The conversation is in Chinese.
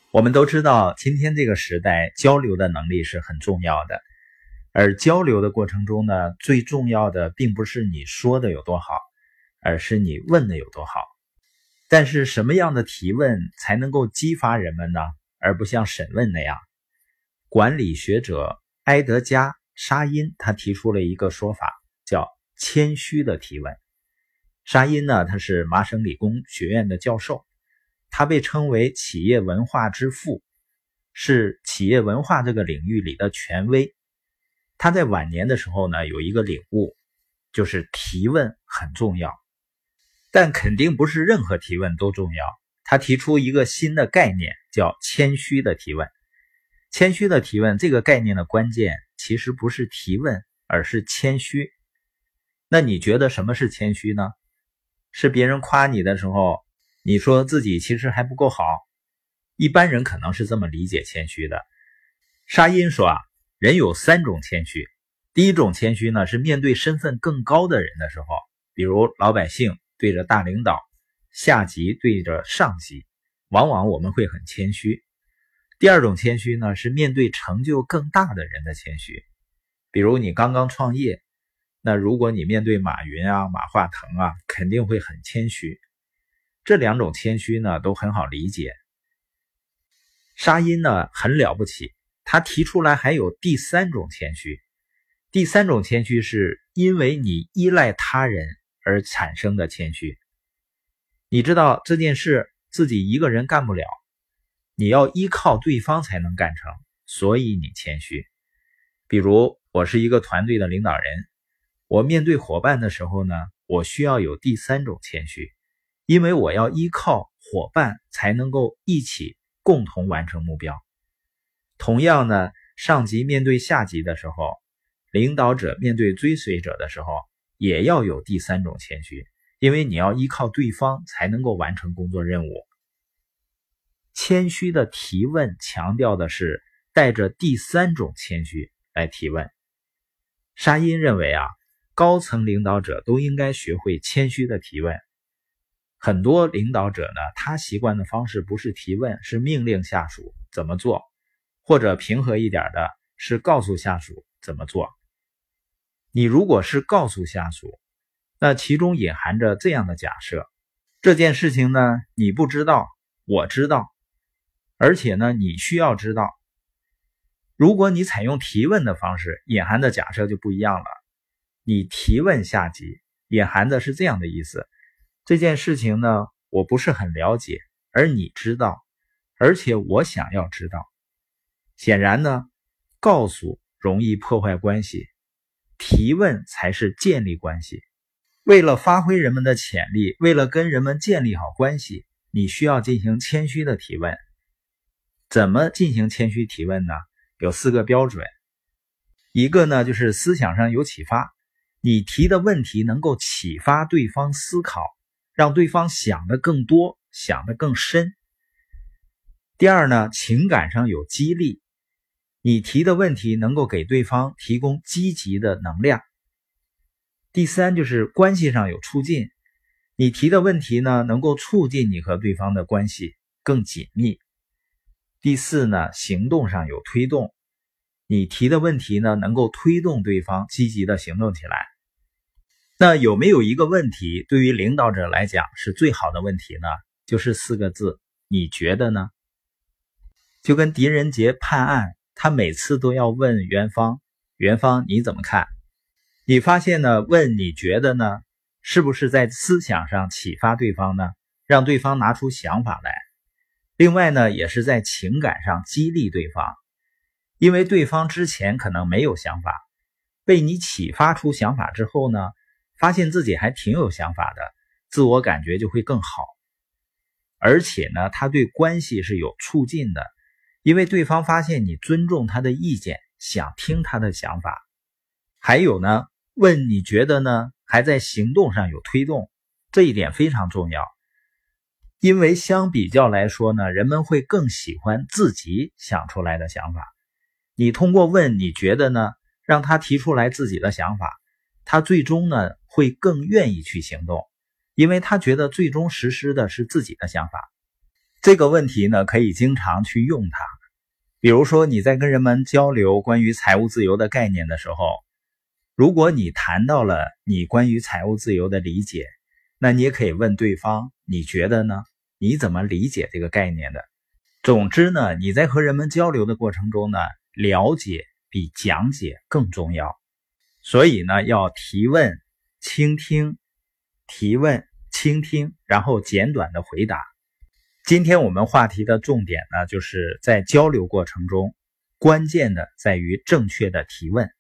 我们都知道，今天这个时代交流的能力是很重要的，而交流的过程中呢，最重要的并不是你说的有多好，而是你问的有多好。但是什么样的提问才能够激发人们呢？而不像审问那样。管理学者埃德加·沙因他提出了一个说法，叫谦虚的提问。沙因呢，他是麻省理工学院的教授，他被称为企业文化之父，是企业文化这个领域里的权威。他在晚年的时候呢，有一个领悟，就是提问很重要，但肯定不是任何提问都重要。他提出一个新的概念，叫谦虚的提问。谦虚的提问这个概念的关键其实不是提问，而是谦虚。那你觉得什么是谦虚呢？是别人夸你的时候，你说自己其实还不够好？一般人可能是这么理解谦虚的。沙因说人有3种谦虚。第一种谦虚呢，是面对身份更高的人的时候，比如老百姓对着大领导，下级对着上级，往往我们会很谦虚。第二种谦虚呢，是面对成就更大的人的谦虚，比如你刚刚创业，那如果你面对马云马化腾肯定会很谦虚。这2种谦虚呢，都很好理解。沙因呢，很了不起，他提出来还有第3种谦虚。第3种谦虚是因为你依赖他人而产生的谦虚。你知道这件事自己一个人干不了，你要依靠对方才能干成，所以你谦虚。比如我是一个团队的领导人，我面对伙伴的时候呢，我需要有第3种谦虚，因为我要依靠伙伴才能够一起共同完成目标。同样呢，上级面对下级的时候，领导者面对追随者的时候，也要有第3种谦虚，因为你要依靠对方才能够完成工作任务。谦虚的提问强调的是带着第3种谦虚来提问。沙因认为高层领导者都应该学会谦虚的提问。很多领导者呢，他习惯的方式不是提问，是命令下属怎么做，或者平和一点的是告诉下属怎么做。你如果是告诉下属，那其中隐含着这样的假设，这件事情呢，你不知道，我知道，而且呢，你需要知道。如果你采用提问的方式，隐含的假设就不一样了。你提问下级，隐含的是这样的意思，这件事情呢，我不是很了解，而你知道，而且我想要知道。显然呢，告诉容易破坏关系，提问才是建立关系。为了发挥人们的潜力，为了跟人们建立好关系，你需要进行谦虚的提问。怎么进行谦虚提问呢？有4个标准。一个呢，就是思想上有启发，你提的问题能够启发对方思考，让对方想得更多，想得更深。第二呢，情感上有激励，你提的问题能够给对方提供积极的能量。第3就是关系上有促进，你提的问题呢，能够促进你和对方的关系更紧密。第4呢，行动上有推动，你提的问题呢，能够推动对方积极的行动起来。那有没有一个问题对于领导者来讲是最好的问题呢？就是4个字，你觉得呢？就跟狄仁杰判案，他每次都要问元芳你怎么看？你发现呢，问你觉得呢，是不是在思想上启发对方呢？让对方拿出想法来。另外呢，也是在情感上激励对方，因为对方之前可能没有想法，被你启发出想法之后呢，发现自己还挺有想法的，自我感觉就会更好。而且呢，他对关系是有促进的，因为对方发现你尊重他的意见，想听他的想法。还有呢，问你觉得呢，还在行动上有推动，这一点非常重要。因为相比较来说呢，人们会更喜欢自己想出来的想法。你通过问你觉得呢，让他提出来自己的想法，他最终呢会更愿意去行动，因为他觉得最终实施的是自己的想法。 这个问题呢，可以经常去用它。比如说你在跟人们交流关于财务自由的概念的时候，如果你谈到了你关于财务自由的理解，那你也可以问对方，你觉得呢？你怎么理解这个概念的？总之呢，你在和人们交流的过程中呢，了解比讲解更重要。所以呢，要提问、倾听，提问、倾听，然后简短的回答。今天我们话题的重点呢，就是在交流过程中，关键的在于正确的提问。